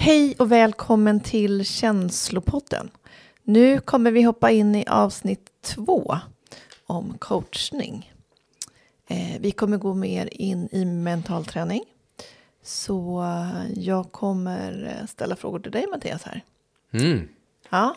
Hej och välkommen till Känslopodden. Nu kommer vi hoppa in i avsnitt 2 om coachning. Vi kommer gå mer in i mental träning. Så jag kommer ställa frågor till dig, Mattias, här. Ja.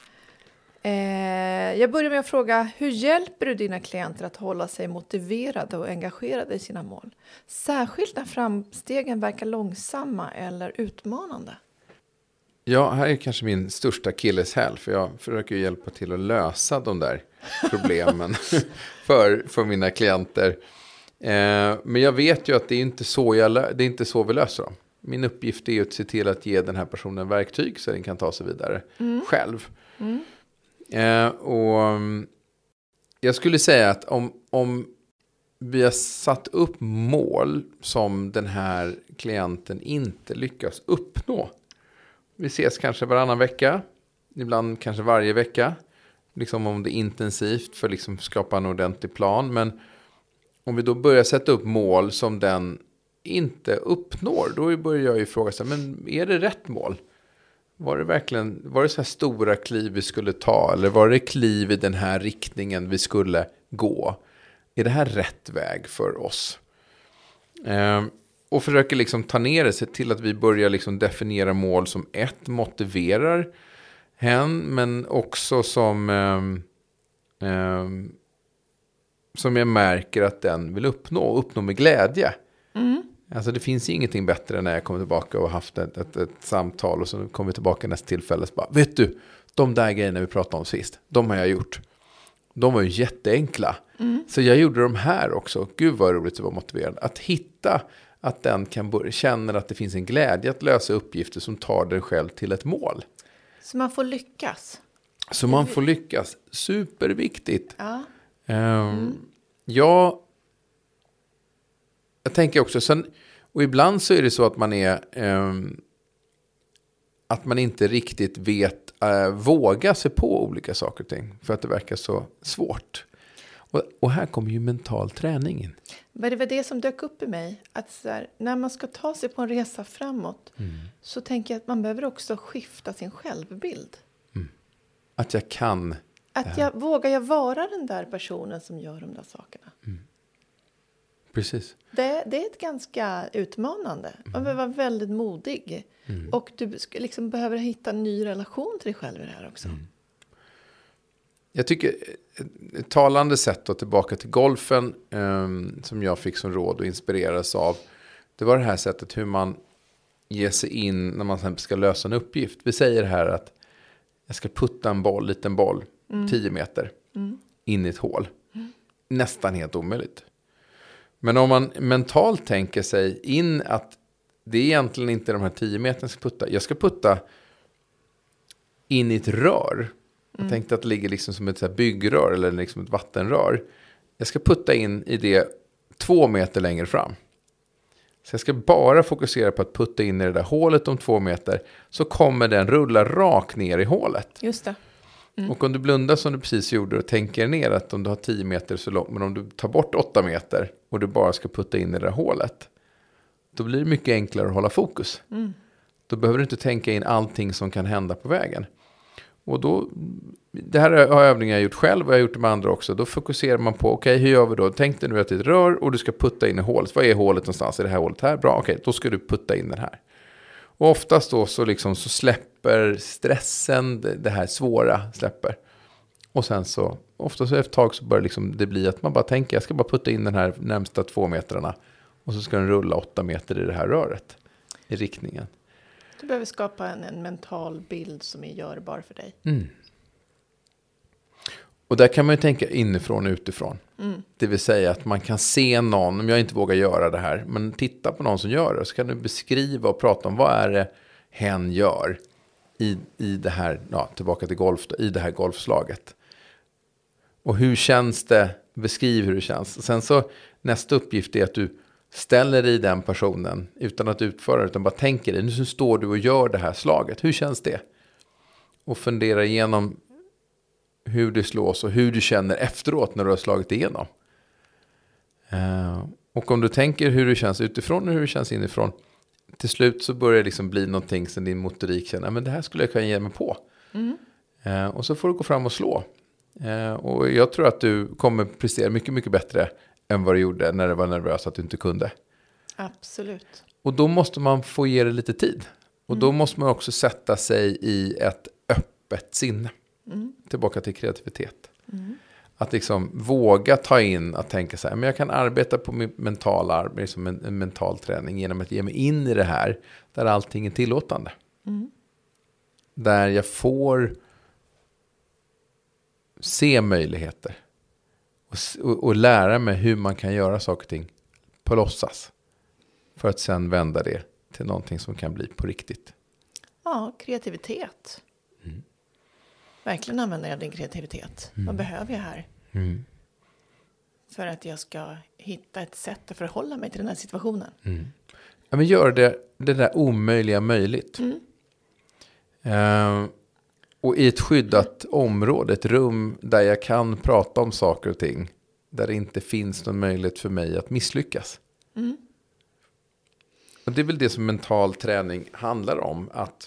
Jag börjar med att fråga, hur hjälper du dina klienter att hålla sig motiverade och engagerade i sina mål? Särskilt när framstegen verkar långsamma eller utmanande. Ja, här är kanske min största akilleshäl, för jag försöker hjälpa till att lösa de där problemen för mina klienter. Men jag vet ju att det är inte så vi löser dem. Min uppgift är ju att se till att ge den här personen verktyg så den kan ta sig vidare själv. Och jag skulle säga att om vi har satt upp mål som den här klienten inte lyckas uppnå. Vi ses kanske varannan vecka, ibland kanske varje vecka. Liksom om det är intensivt för liksom skapa en ordentlig plan. Men om vi då börjar sätta upp mål som den inte uppnår, då börjar jag ju fråga sig, men är det rätt mål? Var det så här stora kliv vi skulle ta? Eller var det kliv i den här riktningen vi skulle gå? Är det här rätt väg för oss? Och försöker liksom ta ner det, se till att vi börjar liksom definiera mål som motiverar hen, men också som jag märker att den vill uppnå med glädje. Alltså det finns ingenting bättre när jag kommer tillbaka och haft ett samtal och så kommer vi tillbaka nästa tillfälle och så bara, vet du, de där grejerna vi pratade om sist, de har jag gjort. De var ju jätteenkla. Så jag gjorde de här också. Gud vad roligt det var motiverande. Att hitta att den kan känna att det finns en glädje att lösa uppgifter som tar den själv till ett mål. Så man får lyckas. Superviktigt. Ja. Jag tänker också sen, och ibland så är det så att man att man inte riktigt vet våga sig på olika saker och ting för att det verkar så svårt. Och här kommer ju mental träning in. Men det var det som dök upp i mig. Att så här, när man ska ta sig på en resa framåt så tänker jag att man behöver också skifta sin självbild. Att jag kan. Vågar jag vara den där personen som gör de där sakerna. Precis. Det är ett ganska utmanande. Man behöver vara väldigt modig. Och du liksom behöver hitta en ny relation till dig själv i det här också. Jag tycker ett talande sätt då tillbaka till golfen som jag fick som råd och inspireras av. Det var det här sättet hur man ger sig in när man sen ska lösa en uppgift. Vi säger här att jag ska putta en liten boll 10 meter in i ett hål. Nästan helt omöjligt. Men om man mentalt tänker sig in att det är egentligen inte de här 10 meterna jag ska putta. Jag ska putta in i ett rör. Jag tänkte att det ligger liksom som ett så här byggrör eller liksom ett vattenrör. Jag ska putta in i det 2 meter längre fram. Så jag ska bara fokusera på att putta in i det där hålet om 2 meter. Så kommer den rulla rakt ner i hålet. Just det. Och om du blundar som du precis gjorde och tänker ner att om du har 10 meter så långt. Men om du tar bort 8 meter och du bara ska putta in i det där hålet. Då blir det mycket enklare att hålla fokus. Då behöver du inte tänka in allting som kan hända på vägen. Och då, det här har övningar jag gjort själv och jag har gjort det med andra också. Då fokuserar man på, okej, hur gör vi då? Tänk dig nu att det är ett rör och du ska putta in i hålet. Vad är hålet någonstans? Är det här hålet här? Bra, okej, då ska du putta in den här. Och oftast då så släpper stressen, det här svåra släpper. Och sen så, ofta så efter ett tag så börjar det bli att man bara tänker, jag ska bara putta in den här närmsta 2 metrarna. Och så ska den rulla 8 meter i det här röret. I riktningen. Du behöver skapa en mental bild som är görbar för dig. Och där kan man ju tänka inifrån och utifrån. Det vill säga att man kan se någon, om jag inte vågar göra det här, men titta på någon som gör det. Så kan du beskriva och prata om vad är det hen gör i det här, tillbaka till golf, i det här golfslaget. Och hur känns det? Beskriv hur det känns. Sen så nästa uppgift är att du ställer dig i den personen utan att utföra, utan bara tänker dig. Nu står du och gör det här slaget. Hur känns det? Och fundera igenom hur det slås och hur du känner efteråt när du har slagit igenom. Och om du tänker hur det känns utifrån och hur det känns inifrån, till slut så börjar det liksom bli någonting som din motorik känner, men det här skulle jag kunna ge mig på. Och så får du gå fram och slå. Och jag tror att du kommer prestera mycket, mycket bättre än vad du gjorde när du var nervös att du inte kunde. Absolut. Och då måste man få ge det lite tid. Och då måste man också sätta sig i ett öppet sinne. Tillbaka till kreativitet. Att liksom våga ta in att tänka så här, men jag kan arbeta på min mentala, liksom en mental träning genom att ge mig in i det här där allting är tillåtande. Där jag får se möjligheter och lära mig hur man kan göra saker och ting på låtsas för att sen vända det till någonting som kan bli på riktigt. Ja, kreativitet. Verkligen använda jag din kreativitet. Vad behöver jag här? För att jag ska hitta ett sätt att förhålla mig till den här situationen. Ja, men gör det där omöjliga möjligt. Och i ett skyddat område, ett rum där jag kan prata om saker och ting. Där det inte finns någon möjlighet för mig att misslyckas. Och det är väl det som mental träning handlar om. Att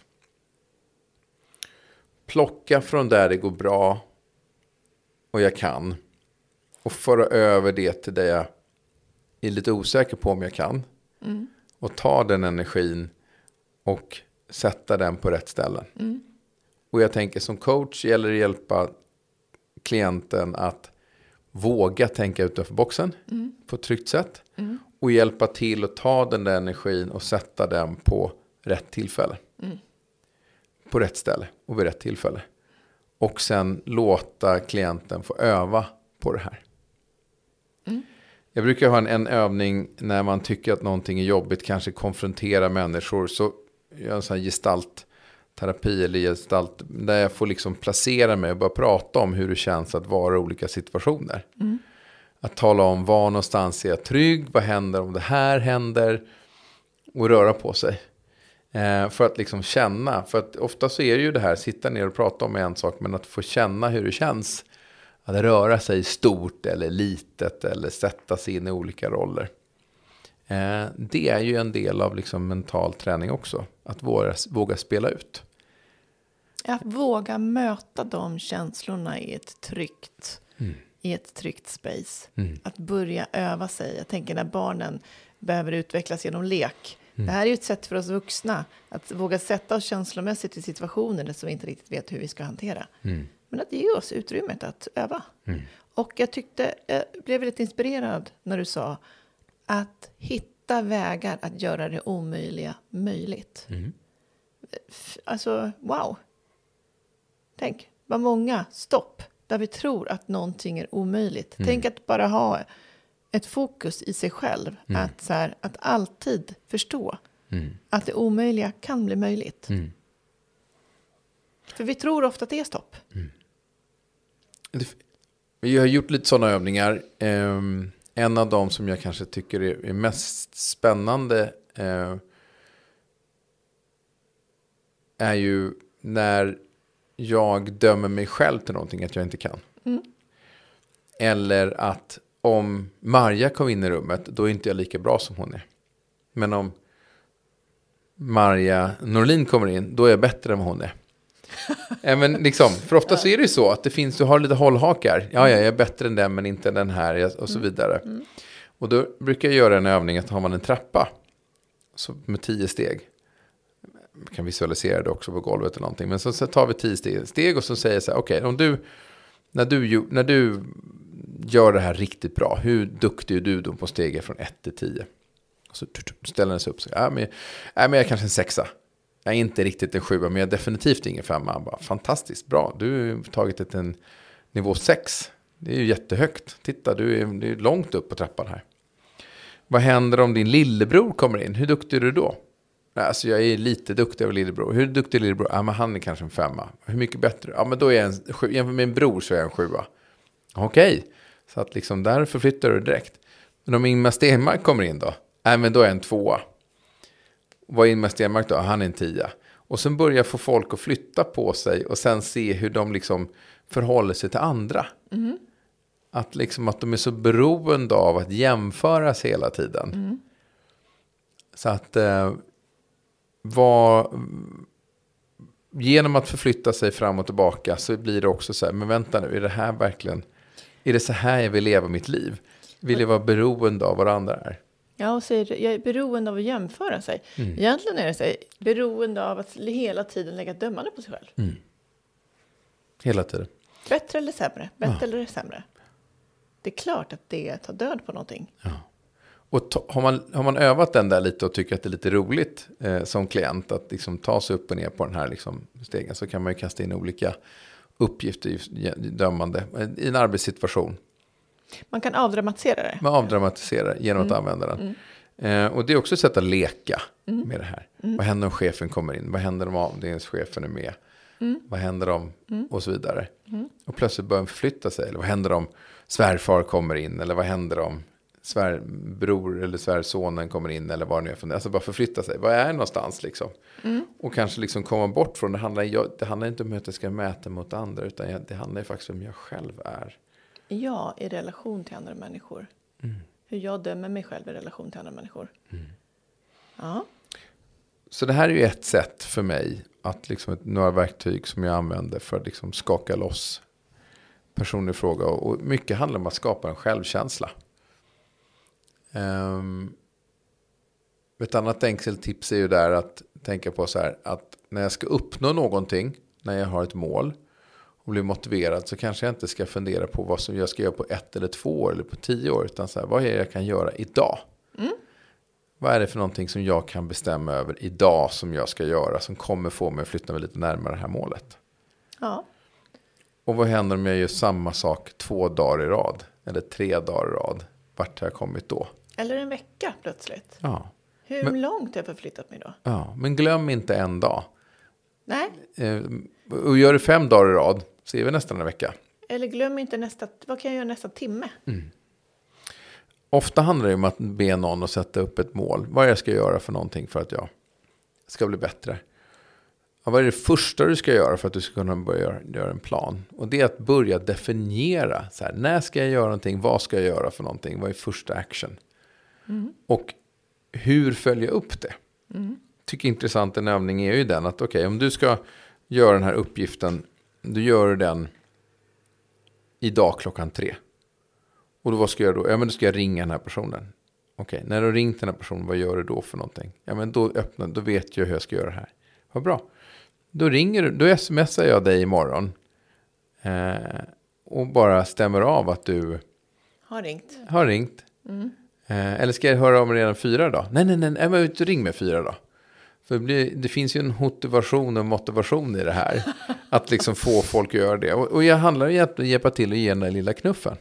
plocka från där det går bra och jag kan. Och föra över det till det jag är lite osäker på om jag kan. Och ta den energin och sätta den på rätt ställen. Och jag tänker som coach gäller det att hjälpa klienten att våga tänka utanför boxen på ett tryggt sätt. Och hjälpa till att ta den där energin och sätta den på rätt tillfälle. På rätt ställe och vid rätt tillfälle. Och sen låta klienten få öva på det här. Jag brukar ha en övning när man tycker att någonting är jobbigt, kanske konfrontera människor, så gör en sån här gestaltterapi eller gestalt där jag får liksom placera mig och börja prata om hur det känns att vara i olika situationer. Att tala om var någonstans är jag trygg, vad händer om det här händer och röra på sig. För att liksom känna, för att ofta så är det ju det här, sitta ner och prata om en sak, men att få känna hur det känns att röra sig stort eller litet eller sätta sig in i olika roller. Det är ju en del av liksom mental träning också, att våga spela ut. Att våga möta de känslorna i ett tryggt space. Att börja öva sig. Jag tänker när barnen behöver utvecklas genom lek. Det här är ju ett sätt för oss vuxna att våga sätta oss känslomässigt i situationer som vi inte riktigt vet hur vi ska hantera. Men att ge oss utrymmet att öva. Och jag blev väldigt inspirerad när du sa att hitta vägar att göra det omöjliga möjligt. Alltså, wow. Tänk, vad många stopp där vi tror att någonting är omöjligt. Tänk att bara ha ett fokus i sig själv. Att alltid förstå att det omöjliga kan bli möjligt. För vi tror ofta att det är stopp. Vi har gjort lite sådana övningar. En av dem som jag kanske tycker är mest spännande är ju när jag dömer mig själv till någonting att jag inte kan. Eller att om Marja kom in i rummet, då är inte jag lika bra som hon är. Men om Marja Norlin kommer in, då är jag bättre än vad hon är. Men liksom, för ofta så är det ju så att det finns, du har lite hållhakar. Ja, jag är bättre än den men inte den här och så vidare. Och då brukar jag göra en övning att har man en trappa så med 10 steg. Man kan visualisera det också på golvet eller någonting. Men så tar vi 10 steg och så säger jag så här, okej, när du gör det här riktigt bra, hur duktig är du då på steg från 1 till 10? Och så ställer den sig upp och säger, men jag är kanske en 6. Jag är inte riktigt en 7, men jag är definitivt ingen 5. Bara, fantastiskt bra, du har tagit en nivå 6. Det är ju jättehögt. Titta, du är långt upp på trappan här. Vad händer om din lillebror kommer in? Hur duktig är du då? Alltså jag är lite duktig av lillebror. Hur duktig är lillebror? Ja, men han är kanske en 5. Hur mycket bättre? Ja, men då är jag en 7. Jämför med min bror så är jag en 7. Okej. Så att liksom där förflyttar du direkt. Men om Ingmar Stenmark kommer in då? Nej, men då är jag en 2. Vad är Ingmar Stenmark då? Han är en 10. Och sen börjar få folk att flytta på sig och sen se hur de liksom förhåller sig till andra. Att liksom att de är så beroende av att jämföras hela tiden. Så att genom att förflytta sig fram och tillbaka så blir det också så här, men vänta nu, är det här verkligen, är det så här jag vill leva mitt liv? Vill jag vara beroende av vad andra är? Ja, och säger jag är beroende av att jämföra sig. Egentligen är det så här, beroende av att hela tiden lägga dömande på sig själv. Hela tiden. Bättre eller sämre? Bättre eller sämre? Det är klart att det tar död på någonting. Ja. Och har man övat den där lite och tycker att det är lite roligt som klient att liksom ta sig upp och ner på den här liksom stegen, så kan man ju kasta in olika uppgifter i dömande i en arbetssituation. Man kan avdramatisera det. Man avdramatiserar genom att använda den. Och det är också ett sätt att leka med det här. Vad händer om chefen kommer in? Vad händer om avdelningschefen är med? Vad händer om och så vidare. Och plötsligt börjar förflytta sig. Eller vad händer om svärfar kommer in? Eller vad händer om svärbror eller svärsonen kommer in? Eller vad det nu är för det. Alltså bara förflytta sig. Vad är det någonstans liksom? Och kanske liksom komma bort från det. Det handlar inte om att jag ska mäta mot andra. Utan det handlar ju faktiskt om jag själv är. Ja, i relation till andra människor. Hur jag dömer mig själv i relation till andra människor. Ja. Så det här är ju ett sätt för mig att liksom några verktyg som jag använder för att liksom skaka loss personlig fråga. Och mycket handlar om att skapa en självkänsla. Ett annat enkelt tips är ju där att tänka på så här att när jag ska uppnå någonting, när jag har ett mål och blir motiverad, så kanske jag inte ska fundera på vad som jag ska göra på 1 eller 2 år eller på 10 år, utan så här, vad är det jag kan göra idag? Vad är det för någonting som jag kan bestämma över idag som jag ska göra, som kommer få mig att flytta mig lite närmare det här målet? Ja. Och vad händer om jag gör samma sak 2 dagar i rad eller 3 dagar i rad? Vart har jag kommit då? Eller en vecka plötsligt. Ja. Hur långt har jag förflyttat mig då? Ja, men glöm inte en dag. Nej. Och gör det 5 dagar i rad så är vi nästan en vecka. Eller glöm inte vad kan jag göra nästa timme? Ofta handlar det om att be någon att sätta upp ett mål. Vad jag ska göra för någonting för att jag ska bli bättre. Ja, vad är det första du ska göra för att du ska kunna börja göra en plan? Och det är att börja definiera. Så här, när ska jag göra någonting? Vad ska jag göra för någonting? Vad är första action? Och hur följa upp det? Tycker intressant en övning är ju den att okej, om du ska göra den här uppgiften, du gör den idag 3:00. Och då vad ska jag då? Ja, men då ska jag ringa den här personen. Okej, när du har ringt den här personen, vad gör du då för någonting? Ja, men då vet jag hur jag ska göra det här. Vad bra. Då smsar jag dig imorgon. Och bara stämmer av att du har ringt. Eller ska jag höra om redan 4 dagar? Nej, men ring med 4 dagar. För det finns ju en motivation i det här. Att liksom få folk att göra det. Och jag handlar ju att hjälpa till och ge den där lilla knuffen.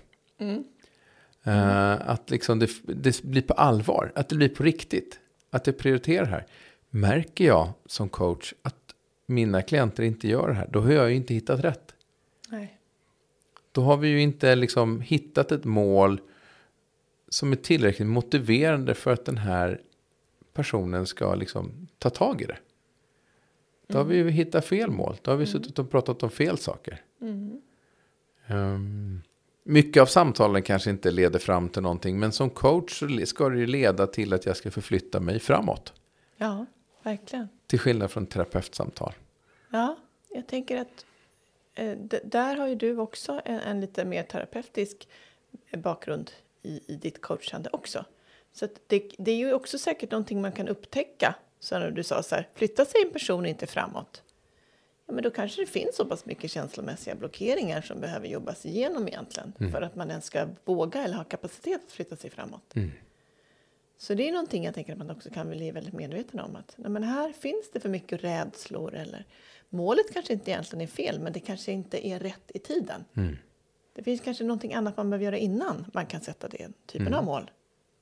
Att liksom det blir på allvar. Att det blir på riktigt. Att jag prioriterar här. Märker jag som coach att mina klienter inte gör det här, då har jag ju inte hittat rätt. Nej. Då har vi ju inte liksom hittat ett mål som är tillräckligt motiverande för att den här personen ska liksom ta tag i det. Då har vi ju hittat fel mål. Då har vi suttit och pratat om fel saker. Mycket av samtalen kanske inte leder fram till någonting, men som coach så ska det ju leda till att jag ska förflytta mig framåt. Ja, verkligen. Till skillnad från terapeutsamtal. Ja, jag tänker att där har ju du också en lite mer terapeutisk bakgrund i ditt coachande också. Så att det är ju också säkert någonting man kan upptäcka. Så när du sa så här, flyttar sig en person inte framåt. Ja, men då kanske det finns så pass mycket känslomässiga blockeringar som behöver jobbas igenom egentligen. För att man ens ska våga eller ha kapacitet att flytta sig framåt. Så det är någonting jag tänker att man också kan bli väldigt medveten om. Att nej, men här finns det för mycket rädslor. Eller målet kanske inte egentligen är fel, men det kanske inte är rätt i tiden. Det finns kanske någonting annat man behöver göra innan man kan sätta den typen av mål.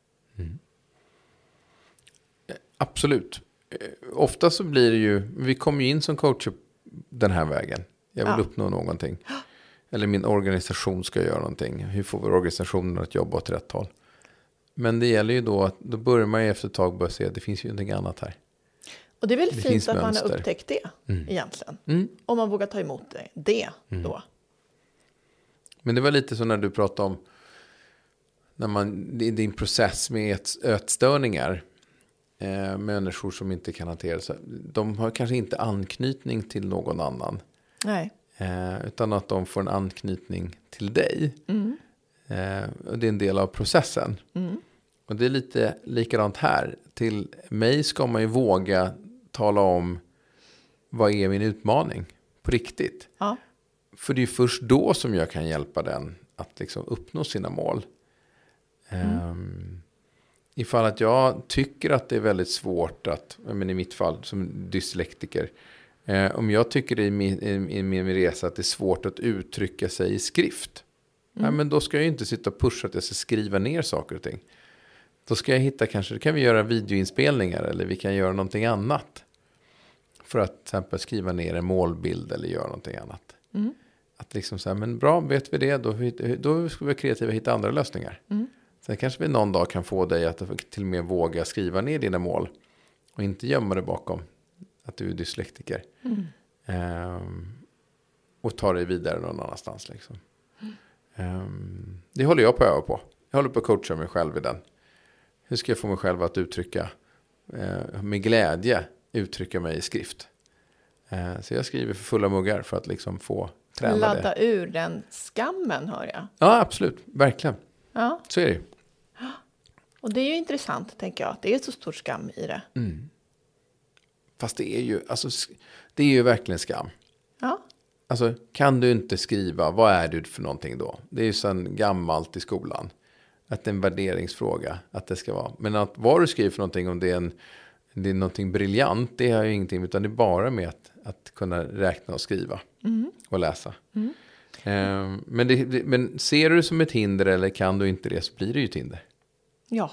Absolut. Ofta så blir det ju, vi kommer ju in som coacher den här vägen. Jag vill uppnå någonting. Eller min organisation ska göra någonting. Hur får vi organisationen att jobba åt rätt håll? Men det gäller ju då att då börjar man ju efter ett tag börja se att det finns ju någonting annat här. Och det är väl fint att man har upptäckt det egentligen. Om man vågar ta emot det då. Men det var lite så när du pratade om när din process med ätstörningar. människor som inte kan hantera det. De har kanske inte anknytning till någon annan. Nej. Utan att de får en anknytning till dig. Och det är en del av processen. Och det är lite likadant här. Till mig ska man ju våga tala om vad är min utmaning på riktigt. Ja. För det är först då som jag kan hjälpa den att liksom uppnå sina mål. Ifall att jag tycker att det är väldigt svårt att, men i mitt fall som dyslektiker, om jag tycker i min resa att det är svårt att uttrycka sig i skrift, men då ska jag ju inte sitta och pusha att jag ska skriva ner saker och ting. Då ska jag hitta kanske, kan vi göra videoinspelningar eller vi kan göra någonting annat. För att till exempel skriva ner en målbild eller göra någonting annat. Att liksom säga, men bra, vet vi det, då ska vi vara kreativa och hitta andra lösningar. Sen kanske vi någon dag kan få dig att till och med våga skriva ner dina mål. Och inte gömma det bakom att du är dyslektiker. Och ta dig vidare någon annanstans. Liksom. Det håller jag på att öva på. Jag håller på att coacha mig själv i den. Hur ska jag få mig själv att uttrycka med glädje uttrycka mig i skrift. Så jag skriver för fulla muggar för att liksom få träna Ladda ur den skammen, hör jag. Ja, absolut. Verkligen. Ja. Så är det ju. Och det är ju intressant, tänker jag. Det är så stor skam i det. Fast det är ju, alltså, det är ju verkligen skam. Ja. Alltså, kan du inte skriva, vad är du för någonting då? Det är ju sedan gammalt i skolan. Att det är en värderingsfråga, att det ska vara. Men att vad du skriver för någonting, om det är någonting briljant, det har ju ingenting, utan det är bara med att kunna räkna och skriva och läsa. Men ser du det som ett hinder eller kan du inte det, så blir det ju ett hinder. Ja.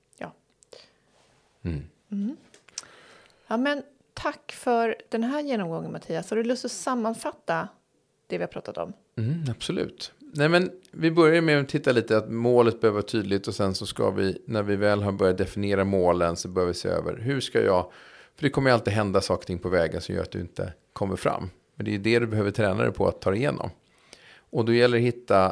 Ja, men tack för den här genomgången, Mattias. Har du lust att sammanfatta det vi har pratat om? Absolut. Nej, men vi börjar med att titta lite att målet behöver vara tydligt och sen så ska vi, när vi väl har börjat definiera målen, så bör vi se över hur ska jag, för det kommer ju alltid hända saker och ting på vägen som gör att du inte kommer fram. Men det är ju det du behöver träna dig på att ta igenom. Och då gäller det att hitta,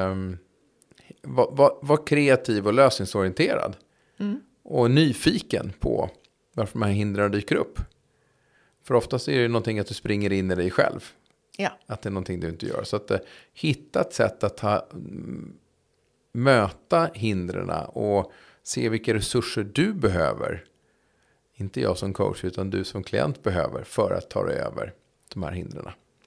var kreativ och lösningsorienterad. Och nyfiken på varför de här hindren dyker upp. För oftast är det någonting att du springer in i dig själv. Ja. Att det är någonting du inte gör. Så att hitta ett sätt att möta hindren och se vilka resurser du behöver. Inte jag som coach, utan du som klient behöver för att ta dig över de här hindren.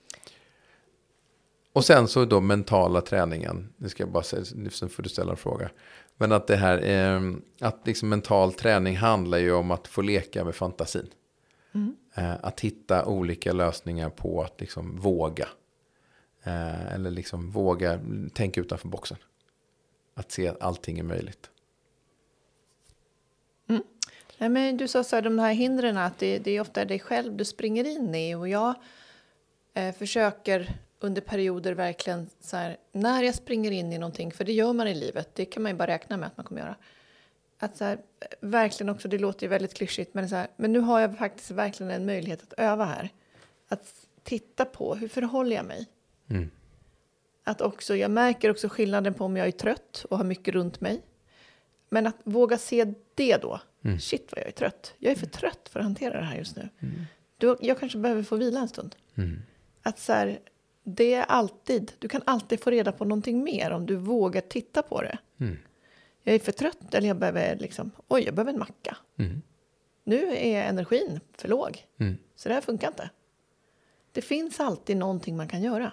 Och sen så då mentala träningen. Det ska jag bara säga, sen får du ställa en fråga. Men att det här, att liksom mental träning handlar ju om att få leka med fantasin. Att hitta olika lösningar på att liksom våga. Eller liksom våga tänka utanför boxen. Att se att allting är möjligt. Nej, men du sa så här, de här hindren, att det är ofta dig själv du springer in i. Och jag försöker under perioder verkligen så här, när jag springer in i någonting, för det gör man i livet, det kan man ju bara räkna med att man kommer göra. Att så här, verkligen också, det låter ju väldigt klyschigt, men så här, men nu har jag faktiskt verkligen en möjlighet att öva här. Att titta på, hur förhåller jag mig? Att också, jag märker också skillnaden på om jag är trött och har mycket runt mig. Men att våga se det då. Shit vad jag är trött. Jag är för trött för att hantera det här just nu. Jag kanske behöver få vila en stund. Att så här, det är alltid, du kan alltid få reda på någonting mer om du vågar titta på det. Jag är för trött, eller jag behöver liksom, jag behöver en macka. Nu är energin för låg. Så det här funkar inte. Det finns alltid någonting man kan göra.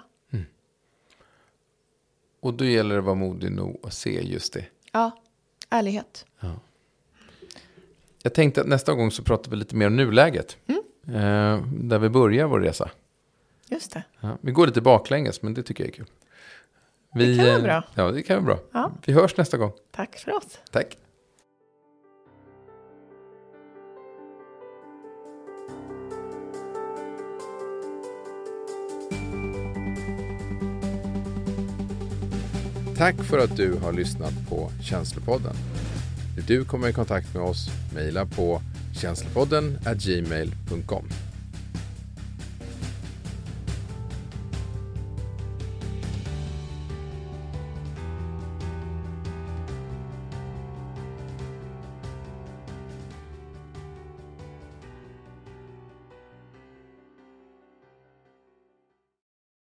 Och då gäller det att vara modig nog att se just det. Ja, ärlighet. Ja. Jag tänkte att nästa gång så pratar vi lite mer om nuläget. Där vi börjar vår resa. Just det. Ja, vi går lite baklänges, men det tycker jag är kul. Det kan vara bra. Ja, det kan vara bra. Ja. Vi hörs nästa gång. Tack för oss. Tack. Tack för att du har lyssnat på Känslopodden. Vill du komma i kontakt med oss, mejla på känslopodden@gmail.com.